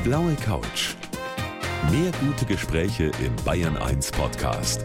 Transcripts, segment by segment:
blaue Couch. Mehr gute Gespräche im Bayern 1 Podcast.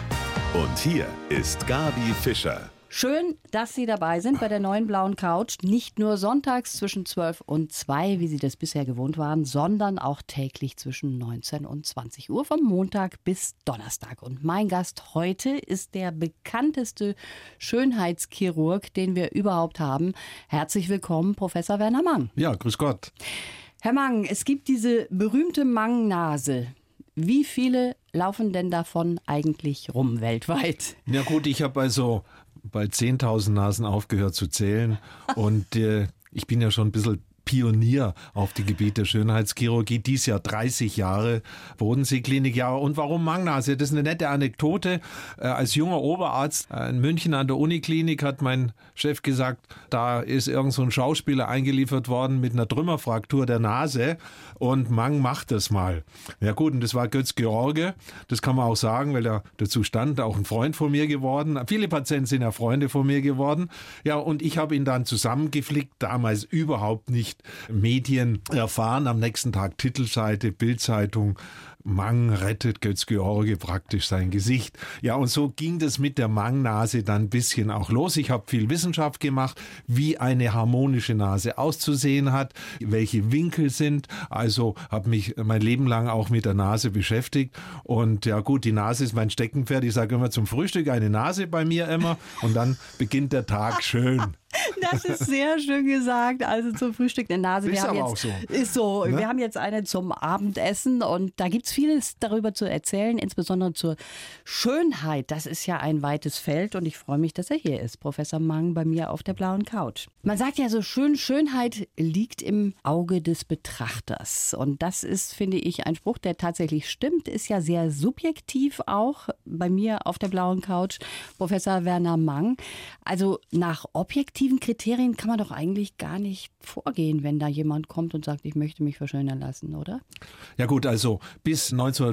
Und hier ist Gabi Fischer. Schön, dass Sie dabei sind bei der neuen blauen Couch. Nicht nur sonntags zwischen 12 und 2, wie Sie das bisher gewohnt waren, sondern auch täglich zwischen 19 und 20 Uhr vom Montag bis Donnerstag. Und mein Gast heute ist der bekannteste Schönheitschirurg, den wir überhaupt haben. Herzlich willkommen, Professor Werner Mang. Ja, grüß Gott. Herr Mang, es gibt diese berühmte Mang-Nase. Wie viele laufen denn davon eigentlich rum weltweit? Ja gut, ich habe also bei 10.000 Nasen aufgehört zu zählen und ich bin ja schon ein bisschen Pionier auf dem Gebiet der Schönheitschirurgie. Dies Jahr 30 Jahre Bodenseeklinik. Ja, und warum Mang-Nase? Das ist eine nette Anekdote. Als junger Oberarzt in München an der Uniklinik hat mein Chef gesagt, da ist irgend so ein Schauspieler eingeliefert worden mit einer Trümmerfraktur der Nase und Mang macht das mal. Ja gut, und das war Götz George. Das kann man auch sagen, weil er dazu stand, auch ein Freund von mir geworden. Viele Patienten sind ja Freunde von mir geworden. Ja, und ich habe ihn dann zusammengeflickt, damals überhaupt nicht Medien erfahren. Am nächsten Tag Titelseite, Bild-Zeitung, Mang rettet Götz George praktisch sein Gesicht. Ja, und so ging das mit der Mang-Nase dann ein bisschen auch los. Ich habe viel Wissenschaft gemacht, wie eine harmonische Nase auszusehen hat, welche Winkel sind. Also habe mich mein Leben lang auch mit der Nase beschäftigt. Und ja gut, die Nase ist mein Steckenpferd. Ich sage immer zum Frühstück eine Nase bei mir immer und dann beginnt der Tag schön. Das ist sehr schön gesagt. Also zum Frühstück eine Nase. Ist aber auch so. Ist so. Ne? Wir haben jetzt eine zum Abendessen und da gibt es vieles darüber zu erzählen, insbesondere zur Schönheit. Das ist ja ein weites Feld und ich freue mich, dass er hier ist. Professor Mang bei mir auf der blauen Couch. Man sagt ja so schön, Schönheit liegt im Auge des Betrachters. Und das ist, finde ich, ein Spruch, der tatsächlich stimmt. Ist ja sehr subjektiv auch bei mir auf der blauen Couch. Professor Werner Mang. Also nach objektiven Kriterien kann man doch eigentlich gar nicht vorgehen, wenn da jemand kommt und sagt, ich möchte mich verschönern lassen, oder? Ja gut, also bis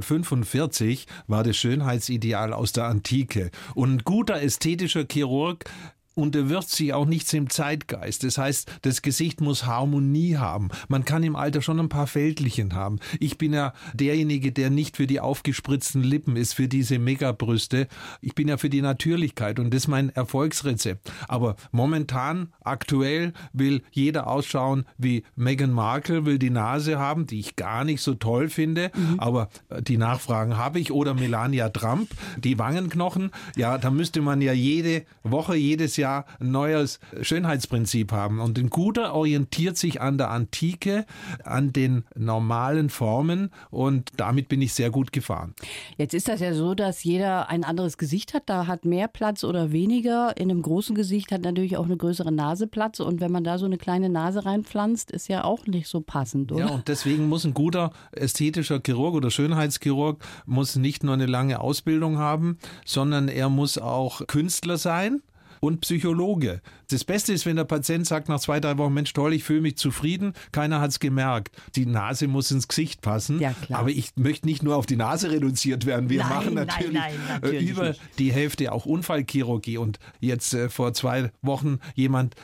1945 war das Schönheitsideal aus der Antike. Und ein guter ästhetischer Chirurg unterwirft sich auch nichts im Zeitgeist. Das heißt, das Gesicht muss Harmonie haben. Man kann im Alter schon ein paar Fältchen haben. Ich bin ja derjenige, der nicht für die aufgespritzten Lippen ist, für diese Megabrüste. Ich bin ja für die Natürlichkeit und das ist mein Erfolgsrezept. Aber momentan, aktuell, will jeder ausschauen wie Meghan Markle, will die Nase haben, die ich gar nicht so toll finde. Aber die Nachfragen habe ich. Oder Melania Trump, die Wangenknochen. Ja, da müsste man ja jede Woche, jedes Jahr ein neues Schönheitsprinzip haben. Und ein guter orientiert sich an der Antike, an den normalen Formen und damit bin ich sehr gut gefahren. Jetzt ist das ja so, dass jeder ein anderes Gesicht hat. Da hat mehr Platz oder weniger. In einem großen Gesicht hat natürlich auch eine größere Nase Platz. Und wenn man da so eine kleine Nase reinpflanzt, ist ja auch nicht so passend, oder? Ja, und deswegen muss ein guter ästhetischer Chirurg oder Schönheitschirurg muss nicht nur eine lange Ausbildung haben, sondern er muss auch Künstler sein. Und Psychologe. Das Beste ist, wenn der Patient sagt nach 2-3 Wochen, Mensch toll, ich fühle mich zufrieden, keiner hat es gemerkt. Die Nase muss ins Gesicht passen, ja, klar. Aber ich möchte nicht nur auf die Nase reduziert werden. Wir machen natürlich über nicht. Die Hälfte auch Unfallchirurgie und jetzt vor 2 Wochen jemand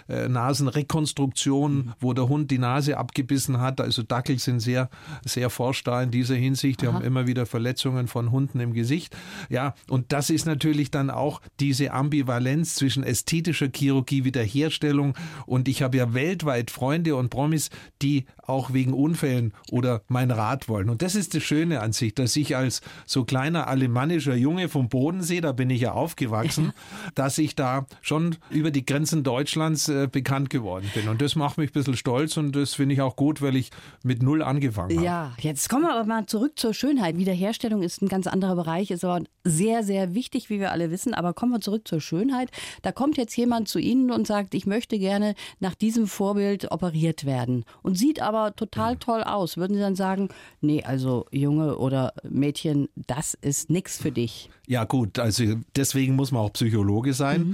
Nasenrekonstruktion, wo der Hund die Nase abgebissen hat. Also Dackel sind sehr, sehr forsch da in dieser Hinsicht. Die haben immer wieder Verletzungen von Hunden im Gesicht. Ja, und das ist natürlich dann auch diese Ambivalenz zwischen ästhetischer Chirurgie, Wiederherstellung und ich habe ja weltweit Freunde und Promis, die auch wegen Unfällen oder mein Rat wollen. Und das ist das Schöne an sich, dass ich als so kleiner alemannischer Junge vom Bodensee, da bin ich ja aufgewachsen, dass ich da schon über die Grenzen Deutschlands bekannt geworden bin. Und das macht mich ein bisschen stolz und das finde ich auch gut, weil ich mit 0 angefangen habe. Ja, jetzt kommen wir aber mal zurück zur Schönheit. Wiederherstellung ist ein ganz anderer Bereich, ist aber sehr, sehr wichtig, wie wir alle wissen. Aber kommen wir zurück zur Schönheit. Da kommt jetzt jemand zu Ihnen und sagt, ich möchte gerne nach diesem Vorbild operiert werden und sieht aber total toll aus. Würden Sie dann sagen, nee, also Junge oder Mädchen, das ist nichts für dich? Ja gut, also deswegen muss man auch Psychologe sein.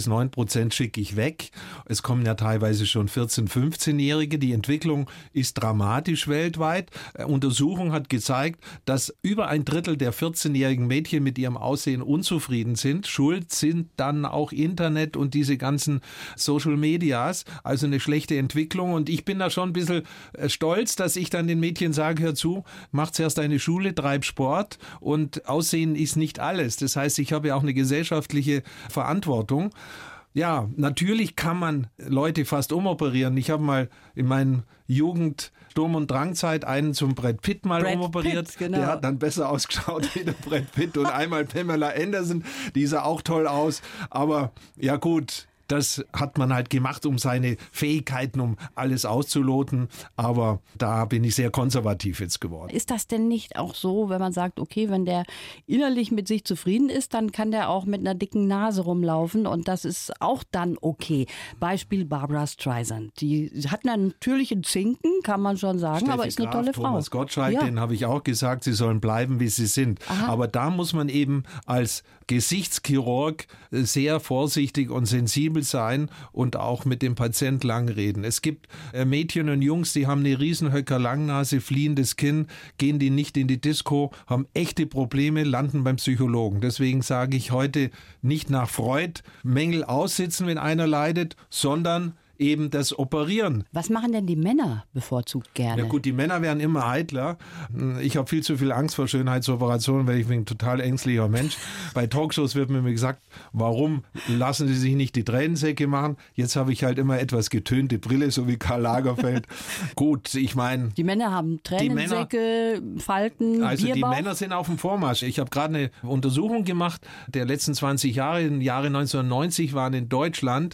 8-9% schicke ich weg. Es kommen ja teilweise schon 14-, 15-Jährige. Die Entwicklung ist dramatisch weltweit. Untersuchung hat gezeigt, dass über ein Drittel der 14-jährigen Mädchen mit ihrem Aussehen unzufrieden sind. Schuld sind dann auch Internet und diese ganzen Social Medias. Also eine schlechte Entwicklung. Und ich bin da schon ein bisschen stolz, dass ich dann den Mädchen sage, hör zu, mach zuerst eine Schule, treib Sport und Aussehen ist nicht alles. Das heißt, ich habe ja auch eine gesellschaftliche Verantwortung. Ja, natürlich kann man Leute fast umoperieren. Ich habe mal in meinen Jugend Sturm- und Drangzeit einen zum Brad Pitt mal umoperiert. Pitt, genau. Der hat dann besser ausgeschaut wie der Brad Pitt. Und einmal Pamela Anderson, die sah auch toll aus. Aber ja gut, das hat man halt gemacht, um seine Fähigkeiten, um alles auszuloten. Aber da bin ich sehr konservativ jetzt geworden. Ist das denn nicht auch so, wenn man sagt, okay, wenn der innerlich mit sich zufrieden ist, dann kann der auch mit einer dicken Nase rumlaufen und das ist auch dann okay. Beispiel Barbra Streisand. Die hat einen natürlichen Zinken, kann man schon sagen, Steffi aber ist eine Graf, tolle Frau. Thomas Gottschalk, Ja. den habe ich auch gesagt, sie sollen bleiben, wie sie sind. Aha. Aber da muss man eben als Gesichtschirurg sehr vorsichtig und sensibel sein und auch mit dem Patient lang reden. Es gibt Mädchen und Jungs, die haben eine Riesenhöcker, Langnase, fliehendes Kinn, gehen die nicht in die Disco, haben echte Probleme, landen beim Psychologen. Deswegen sage ich heute nicht nach Freud Mängel aussitzen, wenn einer leidet, sondern eben das Operieren. Was machen denn die Männer bevorzugt gerne? Ja gut, die Männer werden immer eitler. Ich habe viel zu viel Angst vor Schönheitsoperationen, weil ich bin ein total ängstlicher Mensch. Bei Talkshows wird mir immer gesagt, warum lassen Sie sich nicht die Tränensäcke machen? Jetzt habe ich halt immer etwas getönte Brille, so wie Karl Lagerfeld. Gut, ich meine... Die Männer haben Tränensäcke, Falten, Also Bierbauch. die Männer sind auf dem Vormarsch. Ich habe gerade eine Untersuchung gemacht der letzten 20 Jahre. Im Jahre 1990 waren in Deutschland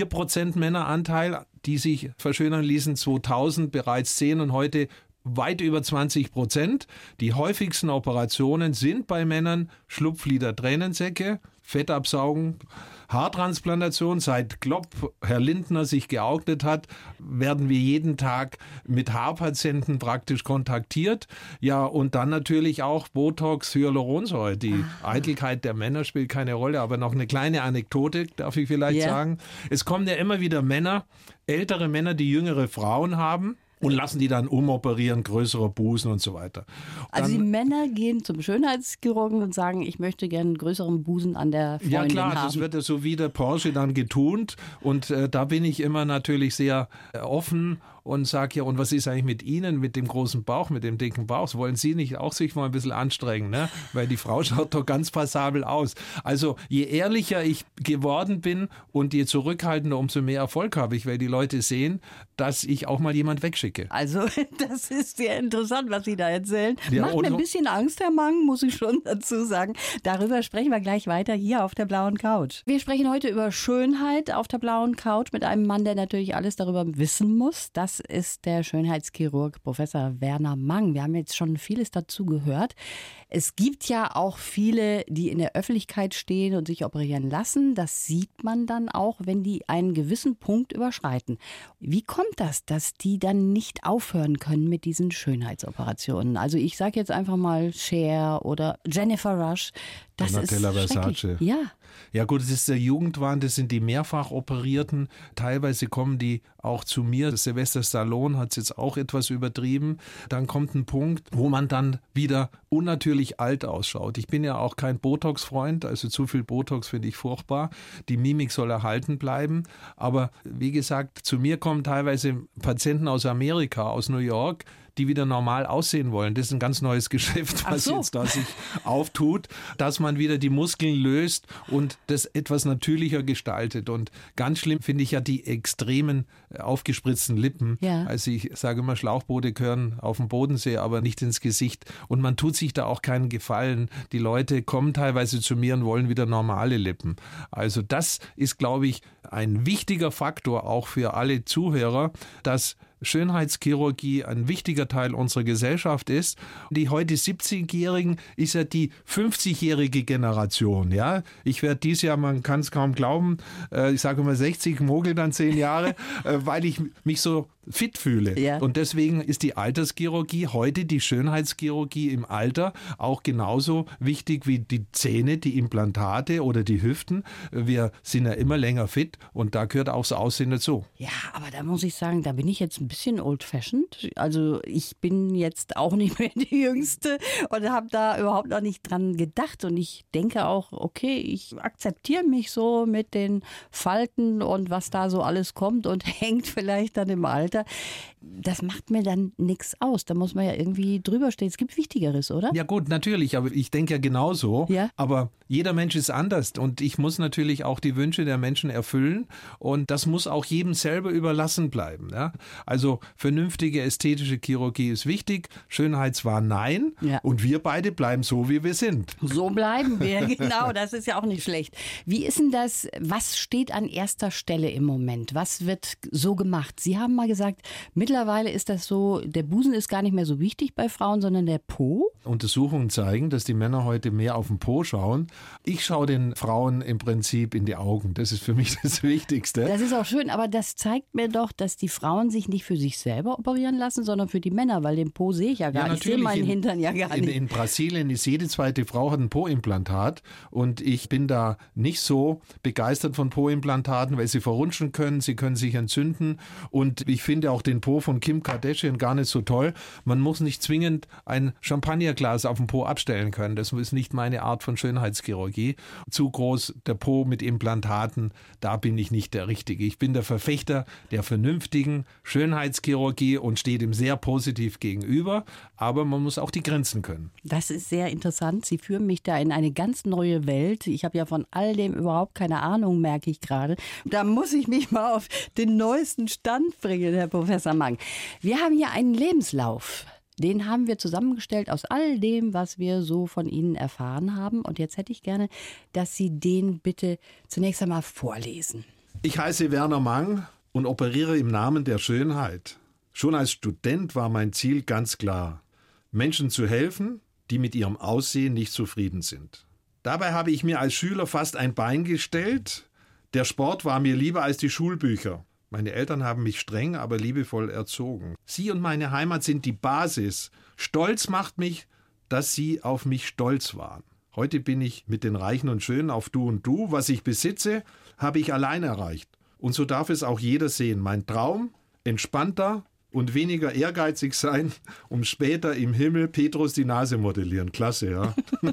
4% Männeranteil, die sich verschönern ließen, 2000 bereits 10 und heute weit über 20%. Die häufigsten Operationen sind bei Männern Schlupflider, Tränensäcke, Fettabsaugen, Haartransplantation. Seit Klopp, Herr Lindner, sich geeignet hat, werden wir jeden Tag mit Haarpatienten praktisch kontaktiert. Ja, und dann natürlich auch Botox, Hyaluronsäure. Die Eitelkeit der Männer spielt keine Rolle, aber noch eine kleine Anekdote, darf ich vielleicht sagen. Es kommen ja immer wieder Männer, ältere Männer, die jüngere Frauen haben. Und lassen die dann umoperieren, größere Busen und so weiter. Also die Männer gehen zum Schönheitschirurgen und sagen, ich möchte gerne einen größeren Busen an der Freundin haben. Ja klar, das wird ja so wie der Porsche dann getunt. Und da bin ich immer natürlich sehr offen und sage ja, und was ist eigentlich mit Ihnen, mit dem großen Bauch, mit dem dicken Bauch? Wollen Sie nicht auch sich mal ein bisschen anstrengen, ne? Weil die Frau schaut doch ganz passabel aus. Also je ehrlicher ich geworden bin und je zurückhaltender, umso mehr Erfolg habe ich, weil die Leute sehen, dass ich auch mal jemand wegschicke. Also das ist sehr interessant, was Sie da erzählen. Ja, Macht mir ein bisschen Angst, Herr Mang, muss ich schon dazu sagen. Darüber sprechen wir gleich weiter hier auf der blauen Couch. Wir sprechen heute über Schönheit auf der blauen Couch mit einem Mann, der natürlich alles darüber wissen muss. Das ist der Schönheitschirurg Professor Werner Mang. Wir haben jetzt schon vieles dazu gehört. Es gibt ja auch viele, die in der Öffentlichkeit stehen und sich operieren lassen. Das sieht man dann auch, wenn die einen gewissen Punkt überschreiten. Wie kommt das, dass die dann nicht aufhören können mit diesen Schönheitsoperationen? Also ich sage jetzt einfach mal Cher oder Jennifer Rush. Das Donatella ist Versace. Ja. Ja gut, das ist der Jugendwahn, das sind die mehrfach operierten. Teilweise kommen die auch zu mir. Sylvester Stallone hat es jetzt auch etwas übertrieben. Dann kommt ein Punkt, wo man dann wieder unnatürlich alt ausschaut. Ich bin ja auch kein Botox-Freund, also zu viel Botox finde ich furchtbar. Die Mimik soll erhalten bleiben. Aber wie gesagt, zu mir kommen teilweise Patienten aus Amerika, aus New York, die wieder normal aussehen wollen. Das ist ein ganz neues Geschäft, was jetzt da sich auftut, dass man wieder die Muskeln löst und das etwas natürlicher gestaltet. Und ganz schlimm finde ich ja die extremen aufgespritzten Lippen. Ja. Also ich sage immer, Schlauchboote gehören auf dem Bodensee, aber nicht ins Gesicht. Und man tut sich da auch keinen Gefallen. Die Leute kommen teilweise zu mir und wollen wieder normale Lippen. Also das ist, glaube ich, ein wichtiger Faktor auch für alle Zuhörer, dass Schönheitschirurgie ein wichtiger Teil unserer Gesellschaft ist. Die heute 70-Jährigen ist ja die 50-jährige Generation. Ja? Ich werde dieses Jahr, man kann es kaum glauben, ich sage immer 60, mogel dann 10 Jahre, weil ich mich so fit fühle. Ja. Und deswegen ist die Alterschirurgie heute, die Schönheitschirurgie im Alter, auch genauso wichtig wie die Zähne, die Implantate oder die Hüften. Wir sind ja immer länger fit und da gehört auch das Aussehen dazu. Ja, aber da muss ich sagen, da bin ich jetzt ein bisschen old-fashioned. Also ich bin jetzt auch nicht mehr die Jüngste und habe da überhaupt noch nicht dran gedacht. Und ich denke auch, okay, ich akzeptiere mich so mit den Falten und was da so alles kommt und hängt vielleicht dann im Alter. Das macht mir dann nichts aus. Da muss man ja irgendwie drüber stehen. Es gibt Wichtigeres, oder? Ja gut, natürlich, aber ich denke ja genauso. Ja. Aber jeder Mensch ist anders und ich muss natürlich auch die Wünsche der Menschen erfüllen und das muss auch jedem selber überlassen bleiben. Ja? Also vernünftige ästhetische Chirurgie ist wichtig, Schönheitswahn nein und wir beide bleiben so, wie wir sind. So bleiben wir, genau, das ist ja auch nicht schlecht. Wie ist denn das, was steht an erster Stelle im Moment? Was wird so gemacht? Sie haben mal gesagt, mittlerweile ist das so, der Busen ist gar nicht mehr so wichtig bei Frauen, sondern der Po. Untersuchungen zeigen, dass die Männer heute mehr auf den Po schauen. Ich schaue den Frauen im Prinzip in die Augen. Das ist für mich das Wichtigste. Das ist auch schön, aber das zeigt mir doch, dass die Frauen sich nicht für sich selber operieren lassen, sondern für die Männer, weil den Po sehe ich ja gar nicht. Ich sehe meinen Hintern ja gar nicht. In Brasilien ist jede zweite Frau hat ein Po-Implantat und ich bin da nicht so begeistert von Po-Implantaten, weil sie verrutschen können, sie können sich entzünden und ich finde auch den Po von Kim Kardashian gar nicht so toll. Man muss nicht zwingend ein Champagnerglas auf dem Po abstellen können. Das ist nicht meine Art von Schönheitschirurgie. Zu groß der Po mit Implantaten, da bin ich nicht der Richtige. Ich bin der Verfechter der vernünftigen Schönheitschirurgie und stehe dem sehr positiv gegenüber, aber man muss auch die Grenzen können. Das ist sehr interessant. Sie führen mich da in eine ganz neue Welt. Ich habe ja von all dem überhaupt keine Ahnung, merke ich gerade. Da muss ich mich mal auf den neuesten Stand bringen, Herr Professor Mang. Wir haben hier einen Lebenslauf. Den haben wir zusammengestellt aus all dem, was wir so von Ihnen erfahren haben. Und jetzt hätte ich gerne, dass Sie den bitte zunächst einmal vorlesen. Ich heiße Werner Mang und operiere im Namen der Schönheit. Schon als Student war mein Ziel ganz klar: Menschen zu helfen, die mit ihrem Aussehen nicht zufrieden sind. Dabei habe ich mir als Schüler fast ein Bein gestellt. Der Sport war mir lieber als die Schulbücher. Meine Eltern haben mich streng, aber liebevoll erzogen. Sie und meine Heimat sind die Basis. Stolz macht mich, dass sie auf mich stolz waren. Heute bin ich mit den Reichen und Schönen auf Du und Du. Was ich besitze, habe ich allein erreicht. Und so darf es auch jeder sehen. Mein Traum, entspannter und weniger ehrgeizig sein, um später im Himmel Petrus die Nase modellieren. Klasse, ja.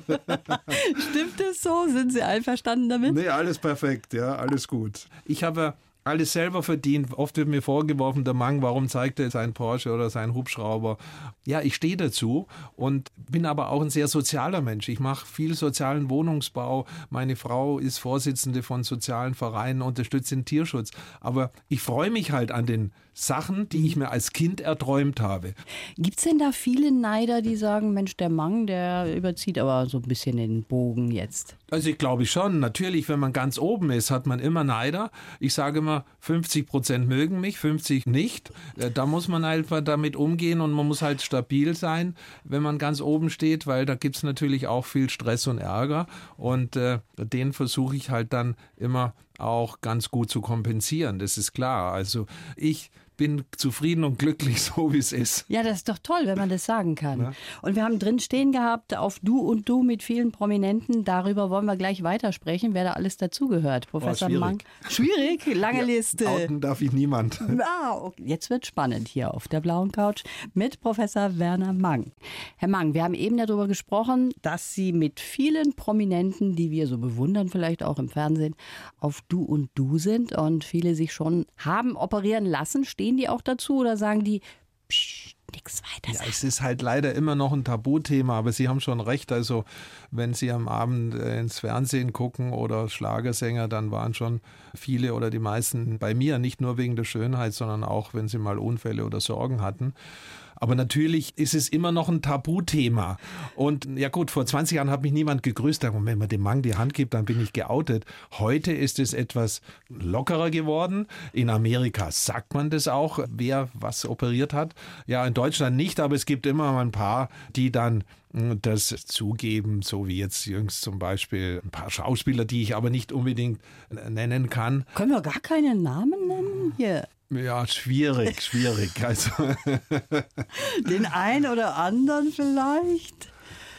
Stimmt das so? Sind Sie einverstanden damit? Nee, alles perfekt, ja, alles gut. Ich habe alles selber verdient. Oft wird mir vorgeworfen, der Mang, warum zeigt er sein Porsche oder sein Hubschrauber? Ja, ich stehe dazu und bin aber auch ein sehr sozialer Mensch. Ich mache viel sozialen Wohnungsbau. Meine Frau ist Vorsitzende von sozialen Vereinen, unterstützt den Tierschutz. Aber ich freue mich halt an den Sachen, die ich mir als Kind erträumt habe. Gibt es denn da viele Neider, die sagen, Mensch, der Mang, der überzieht aber so ein bisschen den Bogen jetzt? Also ich glaube schon. Natürlich, wenn man ganz oben ist, hat man immer Neider. Ich sage immer, 50% mögen mich, 50% nicht. Da muss man einfach damit umgehen und man muss halt stabil sein, wenn man ganz oben steht, weil da gibt es natürlich auch viel Stress und Ärger und den versuche ich halt dann immer auch ganz gut zu kompensieren. Das ist klar. Also ich bin zufrieden und glücklich, so wie es ist. Ja, das ist doch toll, wenn man das sagen kann. Ja. Und wir haben drin stehen gehabt, auf Du und Du mit vielen Prominenten. Darüber wollen wir gleich weitersprechen, wer da alles dazugehört. Professor Mang. Schwierig, lange Liste. Outen darf ich niemand. Okay. Jetzt wird spannend hier auf der blauen Couch mit Professor Werner Mang. Herr Mang, wir haben eben darüber gesprochen, dass Sie mit vielen Prominenten, die wir so bewundern, vielleicht auch im Fernsehen, auf Du und Du sind und viele sich schon haben operieren lassen. Stehen die auch dazu oder sagen die, nichts weiter sagen? Ja, es ist halt leider immer noch ein Tabuthema, aber Sie haben schon recht. Also wenn Sie am Abend ins Fernsehen gucken oder Schlagersänger, dann waren schon viele oder die meisten bei mir, nicht nur wegen der Schönheit, sondern auch, wenn sie mal Unfälle oder Sorgen hatten. Aber natürlich ist es immer noch ein Tabuthema. Und ja gut, vor 20 Jahren hat mich niemand gegrüßt. Wenn man dem Mang die Hand gibt, dann bin ich geoutet. Heute ist es etwas lockerer geworden. In Amerika sagt man das auch, wer was operiert hat. Ja, in Deutschland nicht, aber es gibt immer mal ein paar, die dann das zugeben, so wie jetzt jüngst zum Beispiel ein paar Schauspieler, die ich aber nicht unbedingt nennen kann. Können wir gar keinen Namen nennen hier? Ja, schwierig. Also Den einen oder anderen vielleicht?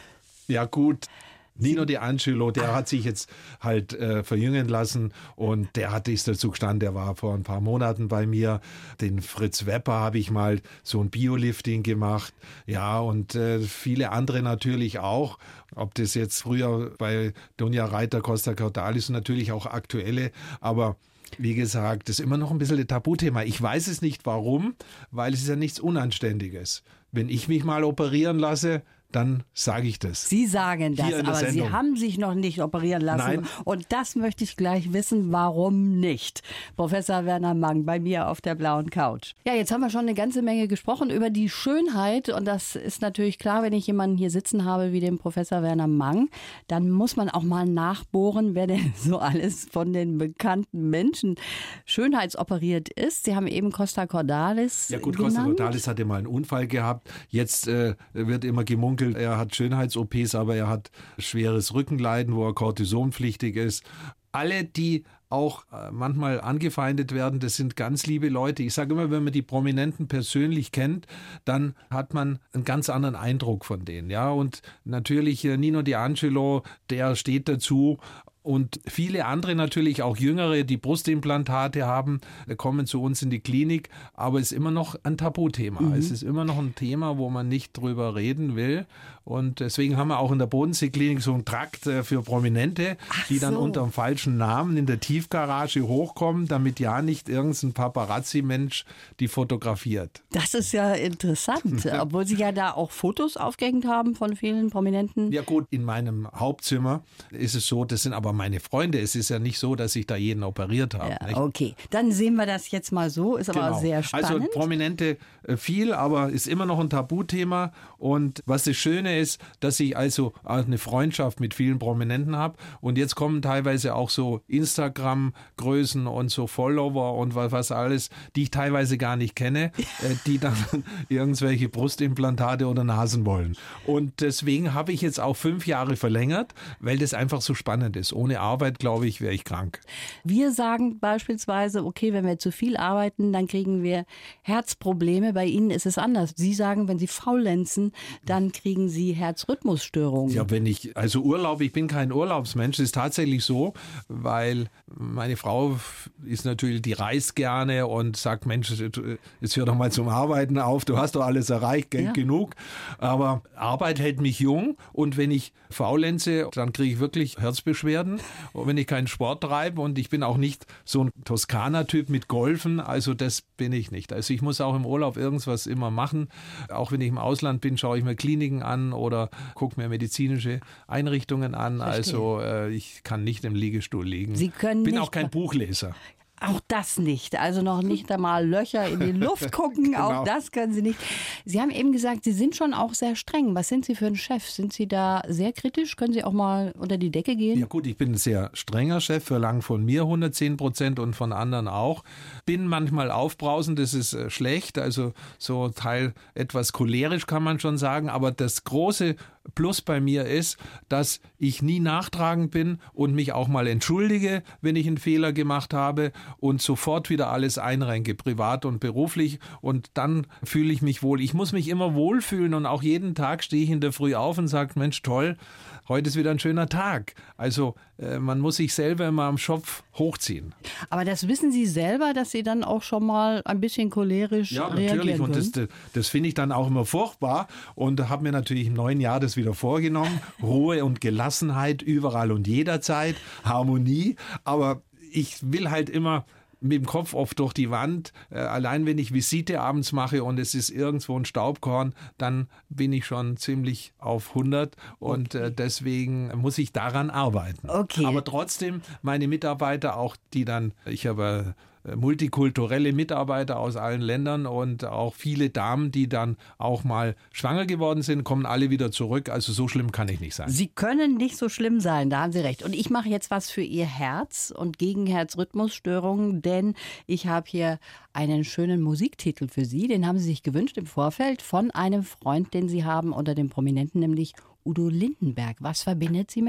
ja gut. Nino D'Angelo, der hat sich jetzt halt verjüngen lassen und ist dazu gestanden, der war vor ein paar Monaten bei mir. Den Fritz Wepper habe ich mal so ein Biolifting gemacht. Ja, und viele andere natürlich auch. Ob das jetzt früher bei Donja Reiter, Costa Cordalis, natürlich auch aktuelle, aber wie gesagt, das ist immer noch ein bisschen ein Tabuthema. Ich weiß es nicht warum, weil es ist ja nichts Unanständiges. Wenn ich mich mal operieren lasse, dann sage ich das. Sie sagen das, Hier in der aber Sendung. Sie haben sich noch nicht operieren lassen. Nein. Und das möchte ich gleich wissen, warum nicht. Professor Werner Mang bei mir auf der blauen Couch. Ja, jetzt haben wir schon eine ganze Menge gesprochen über die Schönheit. Und das ist natürlich klar, wenn ich jemanden hier sitzen habe wie den Professor Werner Mang, dann muss man auch mal nachbohren, wer denn so alles von den bekannten Menschen schönheitsoperiert ist. Sie haben eben Costa Cordalis Ja gut, genannt. Costa Cordalis hatte mal einen Unfall gehabt. Jetzt wird immer gemunkelt, er hat Schönheits-OPs, aber er hat schweres Rückenleiden, wo er kortisonpflichtig ist. Alle, die auch manchmal angefeindet werden, das sind ganz liebe Leute. Ich sage immer, wenn man die Prominenten persönlich kennt, dann hat man einen ganz anderen Eindruck von denen. Ja, und natürlich Nino D'Angelo, der steht dazu. Und viele andere natürlich, auch Jüngere, die Brustimplantate haben, kommen zu uns in die Klinik. Aber es ist immer noch ein Tabuthema. Es ist immer noch ein Thema, wo man nicht drüber reden will. Und deswegen haben wir auch in der Bodenseeklinik so einen Trakt für Prominente, die dann unter dem falschen Namen in der Tiefgarage hochkommen, damit ja nicht irgendein Paparazzi-Mensch die fotografiert. Das ist ja interessant, obwohl Sie ja da auch Fotos aufgehängt haben von vielen Prominenten. Ja gut, in meinem Hauptzimmer ist es so, das sind aber meine Freunde. Es ist ja nicht so, dass ich da jeden operiert habe. Ja, nicht? okay, dann sehen wir das jetzt mal so, ist aber Genau. sehr spannend. Also Prominente viel, aber ist immer noch ein Tabuthema. Und was das Schöne ist, dass ich also eine Freundschaft mit vielen Prominenten habe. Und jetzt kommen teilweise auch so Instagram-Größen und so Follower und was alles, die ich teilweise gar nicht kenne, die dann irgendwelche Brustimplantate oder Nasen wollen. Und deswegen habe ich jetzt auch 5 Jahre verlängert, weil das einfach so spannend ist. Ohne Arbeit, glaube ich, wäre ich krank. Wir sagen beispielsweise, okay, wenn wir zu viel arbeiten, dann kriegen wir Herzprobleme. Bei Ihnen ist es anders. Sie sagen, wenn Sie faulenzen, dann kriegen Sie Herzrhythmusstörungen. Ja, also Urlaub, ich bin kein Urlaubsmensch, ist tatsächlich so, weil meine Frau ist natürlich, die reist gerne und sagt, Mensch, jetzt hör doch mal zum Arbeiten auf, du hast doch alles erreicht, Geld genug. Aber Arbeit hält mich jung und wenn ich faulenze, dann kriege ich wirklich Herzbeschwerden. Und wenn ich keinen Sport treibe und ich bin auch nicht so ein Toskana-Typ mit Golfen, also das bin ich nicht. Also ich muss auch im Urlaub irgendwas immer machen. Auch wenn ich im Ausland bin, schaue ich mir Kliniken an oder gucke mir medizinische Einrichtungen an. Verstehe. Also ich kann nicht im Liegestuhl liegen. Sie können bin nicht auch kein Buchleser. Auch das nicht. Also noch nicht einmal Löcher in die Luft gucken. Genau. Auch das können Sie nicht. Sie haben eben gesagt, Sie sind schon auch sehr streng. Was sind Sie für ein Chef? Sind Sie da sehr kritisch? Können Sie auch mal unter die Decke gehen? Ja gut, ich bin ein sehr strenger Chef, verlange von mir 110% und von anderen auch. Bin manchmal aufbrausend, das ist schlecht, also so Teil etwas cholerisch kann man schon sagen, aber das große Plus bei mir ist, dass ich nie nachtragend bin und mich auch mal entschuldige, wenn ich einen Fehler gemacht habe und sofort wieder alles einrenke, privat und beruflich und dann fühle ich mich wohl. Ich muss mich immer wohlfühlen und auch jeden Tag stehe ich in der Früh auf und sage, Mensch, toll, heute ist wieder ein schöner Tag. Also man muss sich selber immer am Schopf hochziehen. Aber das wissen Sie selber, dass Sie dann auch schon mal ein bisschen cholerisch reagieren natürlich. Und können? das finde ich dann auch immer furchtbar und habe mir natürlich im neuen Jahr das wieder vorgenommen. Ruhe und Gelassenheit überall und jederzeit, Harmonie. Aber ich will halt immer mit dem Kopf oft durch die Wand. Allein wenn ich Visite abends mache und es ist irgendwo ein Staubkorn, dann bin ich schon ziemlich auf 100 und deswegen muss ich daran arbeiten. Okay. Aber trotzdem, meine Mitarbeiter, auch die dann, ich habe multikulturelle Mitarbeiter aus allen Ländern und auch viele Damen, die dann auch mal schwanger geworden sind, kommen alle wieder zurück. Also so schlimm kann ich nicht sein. Sie können nicht so schlimm sein, da haben Sie recht. Und ich mache jetzt was für Ihr Herz und gegen Herzrhythmusstörungen, denn ich habe hier einen schönen Musiktitel für Sie. Den haben Sie sich gewünscht im Vorfeld von einem Freund, den Sie haben unter dem Prominenten, nämlich Udo Lindenberg. Was verbindet Sie mit dem?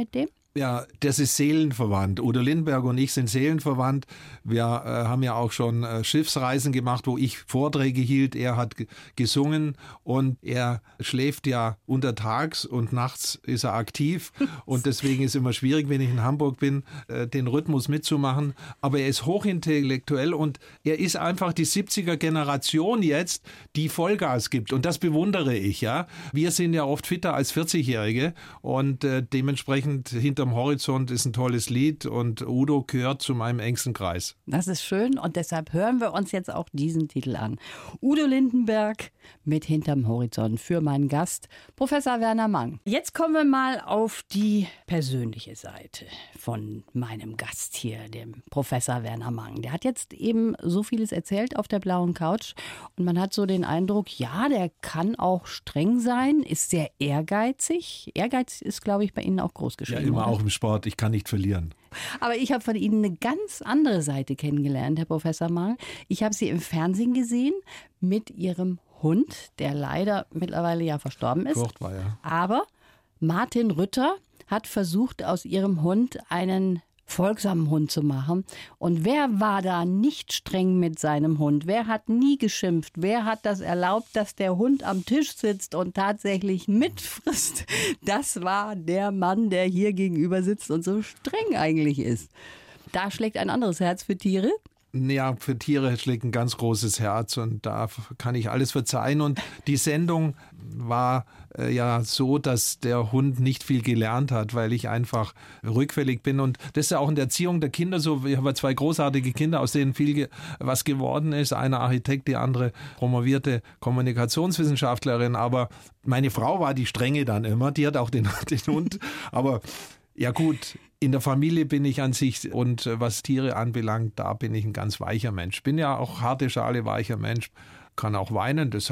Ja, das ist seelenverwandt. Udo Lindenberg und ich sind seelenverwandt. Wir haben ja auch schon Schiffsreisen gemacht, wo ich Vorträge hielt. Er hat gesungen und er schläft ja untertags und nachts ist er aktiv. Und deswegen ist es immer schwierig, wenn ich in Hamburg bin, den Rhythmus mitzumachen. Aber er ist hochintellektuell und er ist einfach die 70er-Generation jetzt, die Vollgas gibt. Und das bewundere ich, ja. Wir sind ja oft fitter als 40-Jährige und dementsprechend hinterm Horizont ist ein tolles Lied und Udo gehört zu meinem engsten Kreis. Das ist schön und deshalb hören wir uns jetzt auch diesen Titel an. Udo Lindenberg mit Hinterm Horizont für meinen Gast, Professor Werner Mang. Jetzt kommen wir mal auf die persönliche Seite von meinem Gast hier, dem Professor Werner Mang. Der hat jetzt eben so vieles erzählt auf der blauen Couch und man hat so den Eindruck, ja, der kann auch streng sein, ist sehr ehrgeizig. Ehrgeiz ist, glaube ich, bei Ihnen auch groß geschrieben. Ja, immer oder? auch im Sport. Ich kann nicht verlieren. Aber ich habe von Ihnen eine ganz andere Seite kennengelernt, Herr Professor Mang. Ich habe Sie im Fernsehen gesehen mit Ihrem Hund, der leider mittlerweile ja verstorben ist. Kurt war ja. Aber Martin Rütter hat versucht, aus Ihrem Hund einen folgsamen Hund zu machen. Und wer war da nicht streng mit seinem Hund? Wer hat nie geschimpft? Wer hat das erlaubt, dass der Hund am Tisch sitzt und tatsächlich mitfrisst? Das war der Mann, der hier gegenüber sitzt und so streng eigentlich ist. Da schlägt ein anderes Herz für Tiere. Ja, für Tiere schlägt ein ganz großes Herz und da kann ich alles verzeihen. Und die Sendung war ja so, dass der Hund nicht viel gelernt hat, weil ich einfach rückfällig bin. Und das ist ja auch in der Erziehung der Kinder so. Wir haben zwei großartige Kinder, aus denen viel was geworden ist. Einer Architekt, die andere promovierte Kommunikationswissenschaftlerin. Aber meine Frau war die Strenge dann immer. Die hat auch den Hund. Aber ja gut, in der Familie bin ich an sich und was Tiere anbelangt, da bin ich ein ganz weicher Mensch. Bin ja auch harte Schale, weicher Mensch, kann auch weinen, das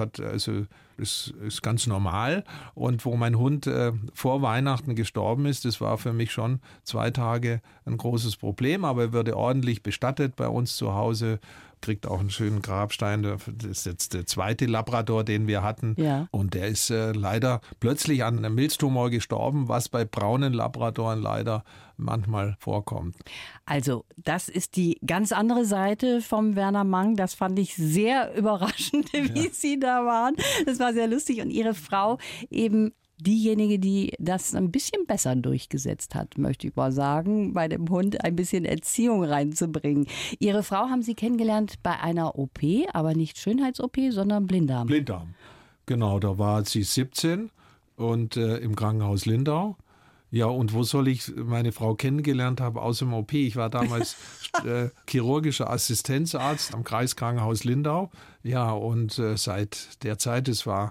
ist ganz normal. Und wo mein Hund vor Weihnachten gestorben ist, das war für mich schon 2 Tage ein großes Problem, aber er wurde ordentlich bestattet bei uns zu Hause. Kriegt auch einen schönen Grabstein. Das ist jetzt der 2. Labrador, den wir hatten. Ja. Und der ist leider plötzlich an einem Milztumor gestorben, was bei braunen Labradoren leider manchmal vorkommt. Also, das ist die ganz andere Seite vom Werner Mang. Das fand ich sehr überraschend, wie Sie da waren. Das war sehr lustig. Und Ihre Frau eben diejenige, die das ein bisschen besser durchgesetzt hat, möchte ich mal sagen, bei dem Hund ein bisschen Erziehung reinzubringen. Ihre Frau haben Sie kennengelernt bei einer OP, aber nicht Schönheits-OP, sondern Blinddarm. Blinddarm, genau, da war sie 17 und im Krankenhaus Lindau. Ja, und wo soll ich meine Frau kennengelernt haben, außer im OP? Ich war damals chirurgischer Assistenzarzt am Kreiskrankenhaus Lindau. Ja, und seit der Zeit, es war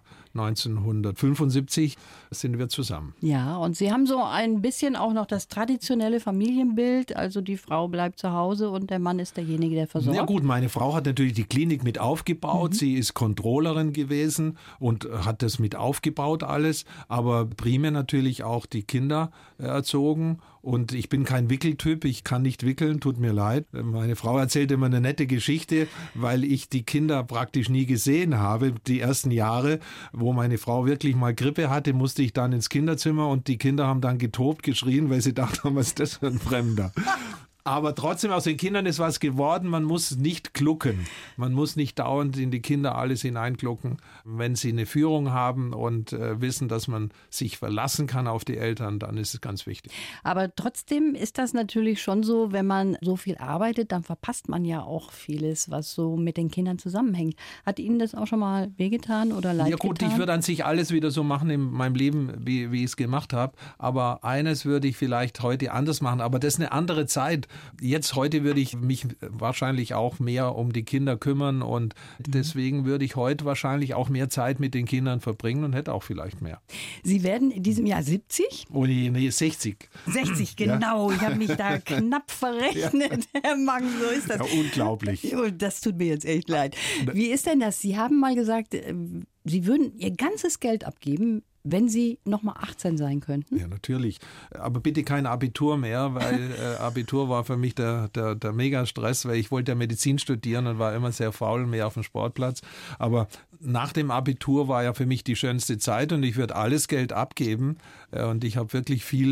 1975, sind wir zusammen. Ja, und Sie haben so ein bisschen auch noch das traditionelle Familienbild, also die Frau bleibt zu Hause und der Mann ist derjenige, der versorgt. Ja gut, meine Frau hat natürlich die Klinik mit aufgebaut, sie ist Controllerin gewesen und hat das mit aufgebaut alles, aber primär natürlich auch die Kinder erzogen. Und ich bin kein Wickeltyp, ich kann nicht wickeln, tut mir leid. Meine Frau erzählt immer eine nette Geschichte, weil ich die Kinder praktisch nie gesehen habe. Die ersten Jahre, wo meine Frau wirklich mal Grippe hatte, musste ich dann ins Kinderzimmer und die Kinder haben dann getobt, geschrien, weil sie dachten, was ist das für ein Fremder? Aber trotzdem, aus den Kindern ist was geworden. Man muss nicht glucken. Man muss nicht dauernd in die Kinder alles hineinglucken. Wenn sie eine Führung haben und wissen, dass man sich verlassen kann auf die Eltern, dann ist es ganz wichtig. Aber trotzdem ist das natürlich schon so, wenn man so viel arbeitet, dann verpasst man ja auch vieles, was so mit den Kindern zusammenhängt. Hat Ihnen das auch schon mal wehgetan oder leid getan? Ja gut, ich würde an sich alles wieder so machen in meinem Leben, wie ich es gemacht habe. Aber eines würde ich vielleicht heute anders machen. Aber das ist eine andere Zeit. Heute würde ich mich wahrscheinlich auch mehr um die Kinder kümmern und deswegen würde ich heute wahrscheinlich auch mehr Zeit mit den Kindern verbringen und hätte auch vielleicht mehr. Sie werden in diesem Jahr 70? Oh nee, 60. 60, genau. Ja. Ich habe mich da knapp verrechnet, ja. Herr Mang, so ist das. Ja, unglaublich. Das tut mir jetzt echt leid. Wie ist denn das? Sie haben mal gesagt, Sie würden Ihr ganzes Geld abgeben, wenn Sie noch mal 18 sein könnten? Ja, natürlich. Aber bitte kein Abitur mehr, weil Abitur war für mich der Mega-Stress, weil ich wollte ja Medizin studieren und war immer sehr faul, mehr auf dem Sportplatz. Aber nach dem Abitur war ja für mich die schönste Zeit und ich würde alles Geld abgeben und ich habe wirklich viel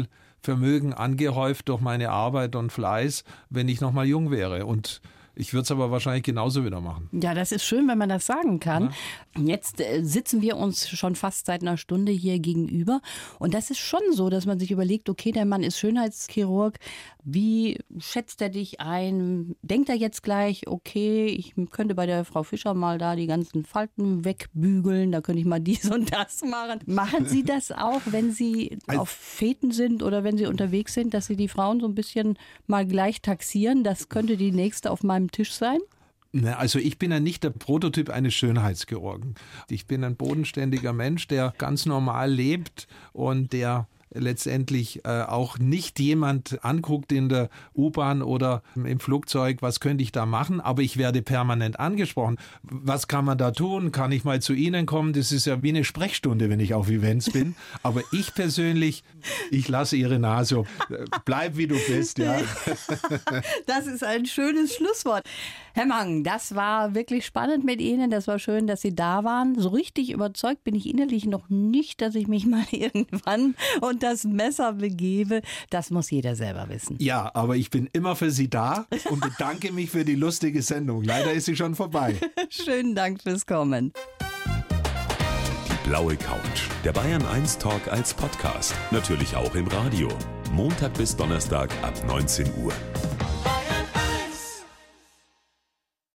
Vermögen angehäuft durch meine Arbeit und Fleiß, wenn ich noch mal jung wäre. Und ich würde es aber wahrscheinlich genauso wieder machen. Ja, das ist schön, wenn man das sagen kann. Ja. Jetzt sitzen wir uns schon fast seit einer Stunde hier gegenüber. Und das ist schon so, dass man sich überlegt, okay, der Mann ist Schönheitschirurg. Wie schätzt er dich ein? Denkt er jetzt gleich, okay, ich könnte bei der Frau Fischer mal da die ganzen Falten wegbügeln, da könnte ich mal dies und das machen. Machen Sie das auch, wenn Sie auf Feten sind oder wenn Sie unterwegs sind, dass Sie die Frauen so ein bisschen mal gleich taxieren? Das könnte die nächste auf meinem Tisch sein? Also ich bin ja nicht der Prototyp eines Schönheitschirurgen. Ich bin ein bodenständiger Mensch, der ganz normal lebt und der letztendlich auch nicht jemand anguckt in der U-Bahn oder im Flugzeug, was könnte ich da machen, aber ich werde permanent angesprochen. Was kann man da tun? Kann ich mal zu Ihnen kommen? Das ist ja wie eine Sprechstunde, wenn ich auf Events bin. Aber ich persönlich, ich lasse Ihre Nase, bleib wie du bist. Ja. Das ist ein schönes Schlusswort. Herr Mang, das war wirklich spannend mit Ihnen. Das war schön, dass Sie da waren. So richtig überzeugt bin ich innerlich noch nicht, dass ich mich mal irgendwann unter das Messer begebe. Das muss jeder selber wissen. Ja, aber ich bin immer für Sie da und bedanke mich für die lustige Sendung. Leider ist sie schon vorbei. Schönen Dank fürs Kommen. Die blaue Couch. Der Bayern 1 Talk als Podcast. Natürlich auch im Radio. Montag bis Donnerstag ab 19 Uhr.